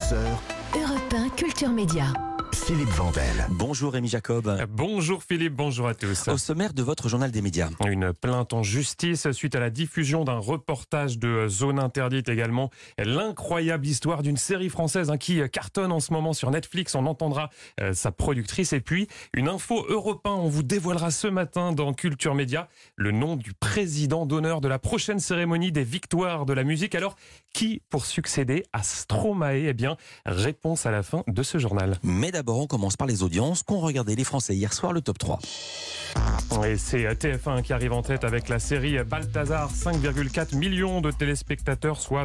11h, Europe 1 Culture Média. Philippe Vandel. Bonjour Rémi Jacob. Bonjour Philippe, bonjour à tous. Au sommaire de votre journal des médias. Une plainte en justice suite à la diffusion d'un reportage de Zone Interdite également. L'incroyable histoire d'une série française qui cartonne en ce moment sur Netflix. On entendra sa productrice. Et puis, une info Europe 1. On vous dévoilera ce matin dans Culture Média le nom du président d'honneur de la prochaine cérémonie des victoires de la musique. Alors, qui pour succéder à Stromae? Eh bien, réponse à la fin de ce journal. Mais d'abord, on commence par les audiences qu'ont regardé les Français hier soir, le top 3. Et c'est TF1 qui arrive en tête avec la série Balthazar, 5,4 millions de téléspectateurs, soit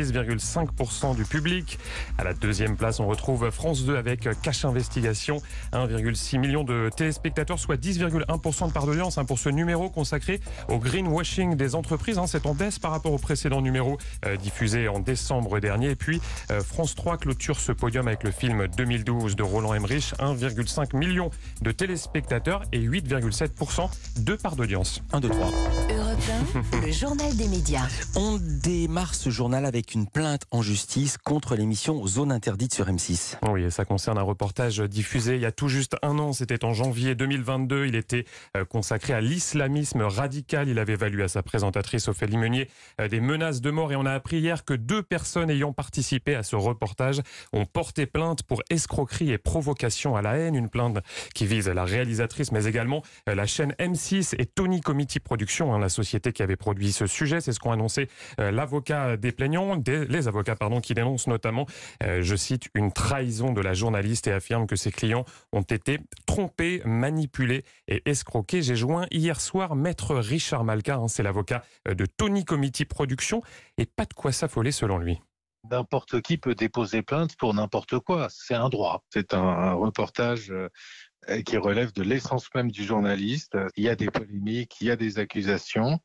26,5% du public. À la deuxième place, on retrouve France 2 avec Cache Investigation, 1,6 million de téléspectateurs, soit 10,1% de part d'audience pour ce numéro consacré au greenwashing des entreprises. C'est en baisse par rapport au précédent numéro diffusé en décembre dernier. Et puis France 3 clôture ce podium avec le film 2012 de Roland Emmerich, 1,5 million de téléspectateurs et 8,7% de part d'audience. 1, 2, 3. Europe 1, le journal des médias. On démarre ce journal avec une plainte en justice contre l'émission Zone Interdite sur M6. Oui, et ça concerne un reportage diffusé il y a tout juste un an. C'était en janvier 2022. Il était consacré à l'islamisme radical. Il avait valu à sa présentatrice Ophélie Meunier des menaces de mort. Et on a appris hier que 2 personnes ayant participé à ce reportage ont porté plainte pour escroquerie et provocation à la haine. Une plainte qui vise la réalisatrice, mais également la chaîne M6 et Tony Committee Productions, la société qui avait produit ce sujet. C'est ce qu'ont annoncé l'avocat des plaignants, les avocats qui dénoncent notamment, je cite, une trahison de la journaliste et affirment que ses clients ont été trompés, manipulés et escroqués. J'ai joint hier soir maître Richard Malka, c'est l'avocat de Tony Committee Productions, et pas de quoi s'affoler selon lui. N'importe qui peut déposer plainte pour n'importe quoi. C'est un droit. C'est un reportage qui relève de l'essence même du journaliste. Il y a des polémiques, il y a des accusations.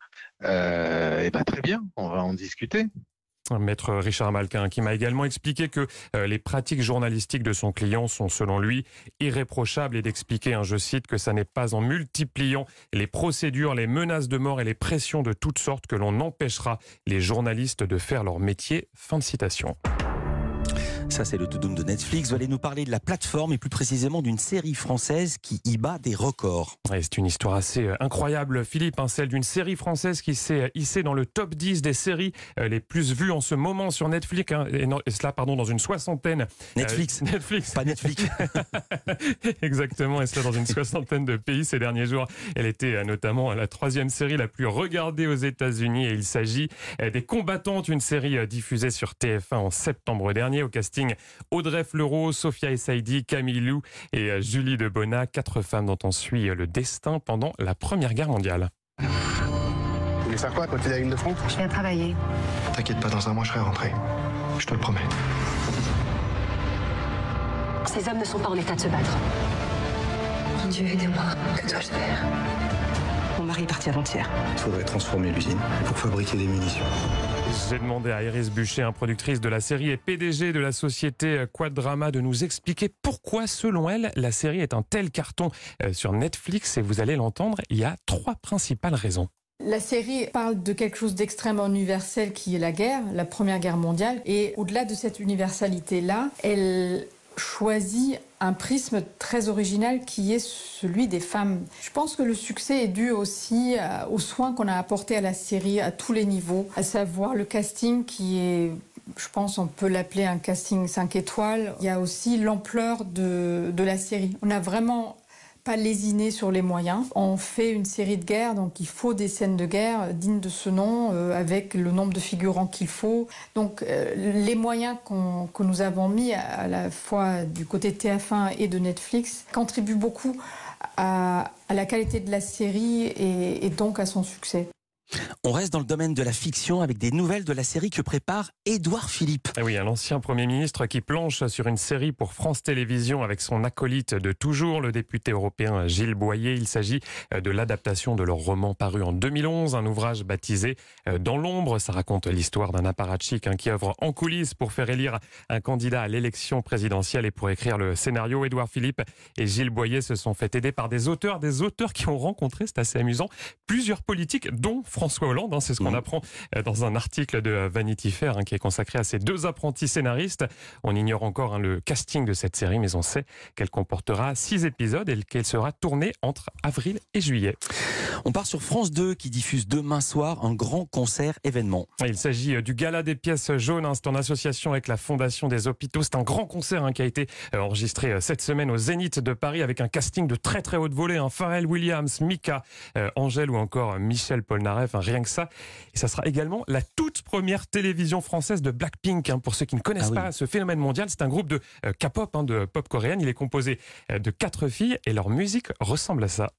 Et très bien, on va en discuter. Maître Richard Malka qui m'a également expliqué que les pratiques journalistiques de son client sont selon lui irréprochables et d'expliquer, je cite, que ça n'est pas en multipliant les procédures, les menaces de mort et les pressions de toutes sortes que l'on empêchera les journalistes de faire leur métier. Fin de citation. Ça, c'est le tout-doom de Netflix. Vous allez nous parler de la plateforme et plus précisément d'une série française qui y bat des records. Ouais, c'est une histoire assez incroyable, Philippe, celle d'une série française qui s'est hissée dans le top 10 des séries les plus vues en ce moment sur Netflix. Et cela, dans une soixantaine. Netflix, pas Netflix. Exactement, et cela dans une soixantaine de pays ces derniers jours. Elle était notamment la 3e série la plus regardée aux États-Unis et il s'agit des Combattantes, une série diffusée sur TF1 en septembre dernier. Au casting, Audrey Fleurot, Sophia Essaidi, Camille Lou et Julie Debona, 4 femmes dont on suit le destin pendant la Première Guerre mondiale. Tu voulais faire quoi, toi, tu es à l'île de France? Je viens travailler. T'inquiète pas, dans un mois je serai rentré. Je te le promets. Ces hommes ne sont pas en état de se battre. Mon Dieu, aidez-moi. Que dois-je faire? Mon mari est parti avant-hier. Il faudrait transformer l'usine pour fabriquer des munitions. J'ai demandé à Iris Buchet, productrice de la série et PDG de la société Quad Drama, de nous expliquer pourquoi, selon elle, la série est un tel carton sur Netflix. Et vous allez l'entendre, il y a 3 principales raisons. La série parle de quelque chose d'extrêmement universel qui est la guerre, la Première Guerre mondiale. Et au-delà de cette universalité-là, elle choisit un prisme très original qui est celui des femmes. Je pense que le succès est dû aussi aux soins qu'on a apportés à la série à tous les niveaux, à savoir le casting qui est, je pense on peut l'appeler un casting 5 étoiles. Il y a aussi l'ampleur de la série. On n'a vraiment pas lésiné sur les moyens. On fait une série de guerre, donc il faut des scènes de guerre dignes de ce nom, avec le nombre de figurants qu'il faut. Donc les moyens que nous avons mis à la fois du côté TF1 et de Netflix contribuent beaucoup à la qualité de la série et donc à son succès. On reste dans le domaine de la fiction avec des nouvelles de la série que prépare Édouard Philippe. Oui, un ancien Premier ministre qui planche sur une série pour France Télévisions avec son acolyte de toujours, le député européen Gilles Boyer. Il s'agit de l'adaptation de leur roman paru en 2011, un ouvrage baptisé Dans l'ombre. Ça raconte l'histoire d'un apparatchik qui œuvre en coulisses pour faire élire un candidat à l'élection présidentielle. Et pour écrire le scénario, Édouard Philippe et Gilles Boyer se sont fait aider par des auteurs qui ont rencontré, c'est assez amusant, plusieurs politiques, dont François Hollande. C'est ce qu'on apprend dans un article de Vanity Fair qui est consacré à ces deux apprentis scénaristes. On ignore encore le casting de cette série, mais on sait qu'elle comportera 6 épisodes et qu'elle sera tournée entre avril et juillet. On part sur France 2 qui diffuse demain soir un grand concert événement. Il s'agit du Gala des pièces jaunes. C'est en association avec la Fondation des hôpitaux. C'est un grand concert qui a été enregistré cette semaine au Zénith de Paris avec un casting de très très haute volée. Pharrell Williams, Mika, Angèle ou encore Michel Polnareff. Rien que ça. Et ça sera également la toute première télévision française de Blackpink. Pour ceux qui ne connaissent pas ce phénomène mondial, c'est un groupe de K-pop, de pop coréenne. Il est composé de 4 filles et leur musique ressemble à ça.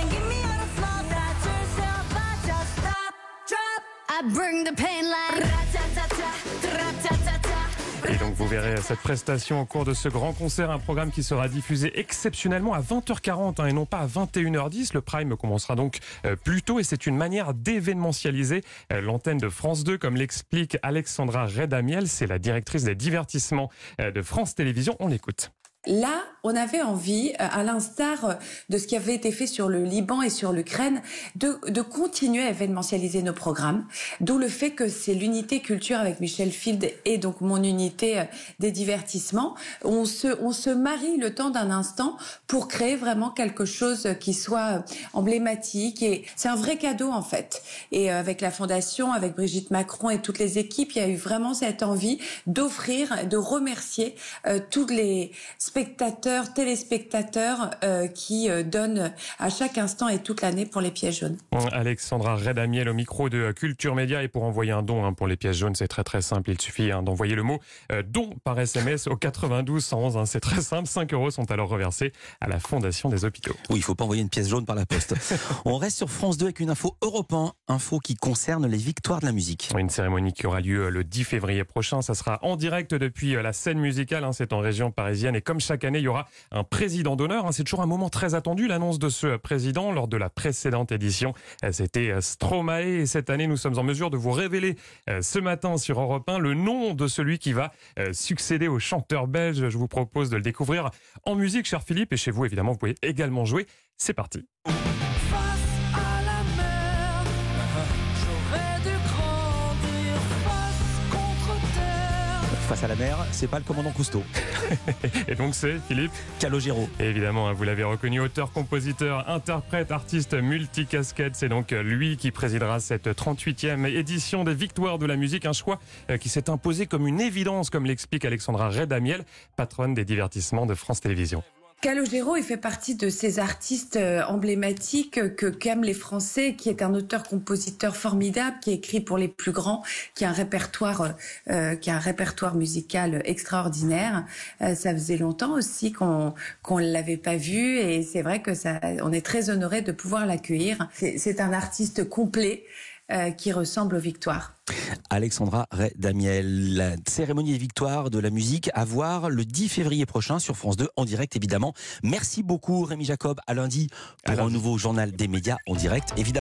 Et donc vous verrez cette prestation au cours de ce grand concert, un programme qui sera diffusé exceptionnellement à 20h40 et non pas à 21h10. Le prime commencera donc plus tôt et c'est une manière d'événementialiser l'antenne de France 2, comme l'explique Alexandra Redamiel, c'est la directrice des divertissements de France Télévisions. On l'écoute. Là, on avait envie, à l'instar de ce qui avait été fait sur le Liban et sur l'Ukraine, de continuer à événementialiser nos programmes. D'où le fait que c'est l'unité culture avec Michel Field et donc mon unité des divertissements. On se marie le temps d'un instant pour créer vraiment quelque chose qui soit emblématique. Et c'est un vrai cadeau en fait. Et avec la Fondation, avec Brigitte Macron et toutes les équipes, il y a eu vraiment cette envie d'offrir, de remercier tous les spectateurs, téléspectateurs qui donnent à chaque instant et toute l'année pour les pièces jaunes. Alexandra Redamiel au micro de Culture Média. Et pour envoyer un don pour les pièces jaunes, c'est très très simple. Il suffit d'envoyer le mot don par SMS au 92 111. C'est très simple. 5 € sont alors reversés à la Fondation des hôpitaux. Oui, il ne faut pas envoyer une pièce jaune par la poste. On reste sur France 2 avec une info Europe 1, info qui concerne les victoires de la musique. Une cérémonie qui aura lieu le 10 février prochain. Ça sera en direct depuis la scène musicale. C'est en région parisienne. Et comme chaque année, il y aura un président d'honneur. C'est toujours un moment très attendu, l'annonce de ce président. Lors de la précédente édition, c'était Stromae. Et cette année, nous sommes en mesure de vous révéler ce matin sur Europe 1 le nom de celui qui va succéder au chanteur belge. Je vous propose de le découvrir en musique, cher Philippe. Et chez vous, évidemment, vous pouvez également jouer. C'est parti. Face à la mer, c'est pas le commandant Cousteau. Et donc c'est Philippe Calogero. Et évidemment, vous l'avez reconnu, auteur, compositeur, interprète, artiste multicasquette. C'est donc lui qui présidera cette 38e édition des Victoires de la musique. Un choix qui s'est imposé comme une évidence, comme l'explique Alexandra Redamiel, patronne des divertissements de France Télévisions. Calogero, il fait partie de ces artistes emblématiques qu'aiment les Français, qui est un auteur-compositeur formidable, qui écrit pour les plus grands, qui a un répertoire musical extraordinaire. Ça faisait longtemps aussi qu'on l'avait pas vu et c'est vrai que on est très honoré de pouvoir l'accueillir. C'est un artiste complet qui ressemble aux Victoires. Alexandra Redamiel, la cérémonie des victoires de la musique à voir le 10 février prochain sur France 2 en direct évidemment. Merci beaucoup Rémi Jacob, à lundi pour un nouveau journal des médias en direct évidemment.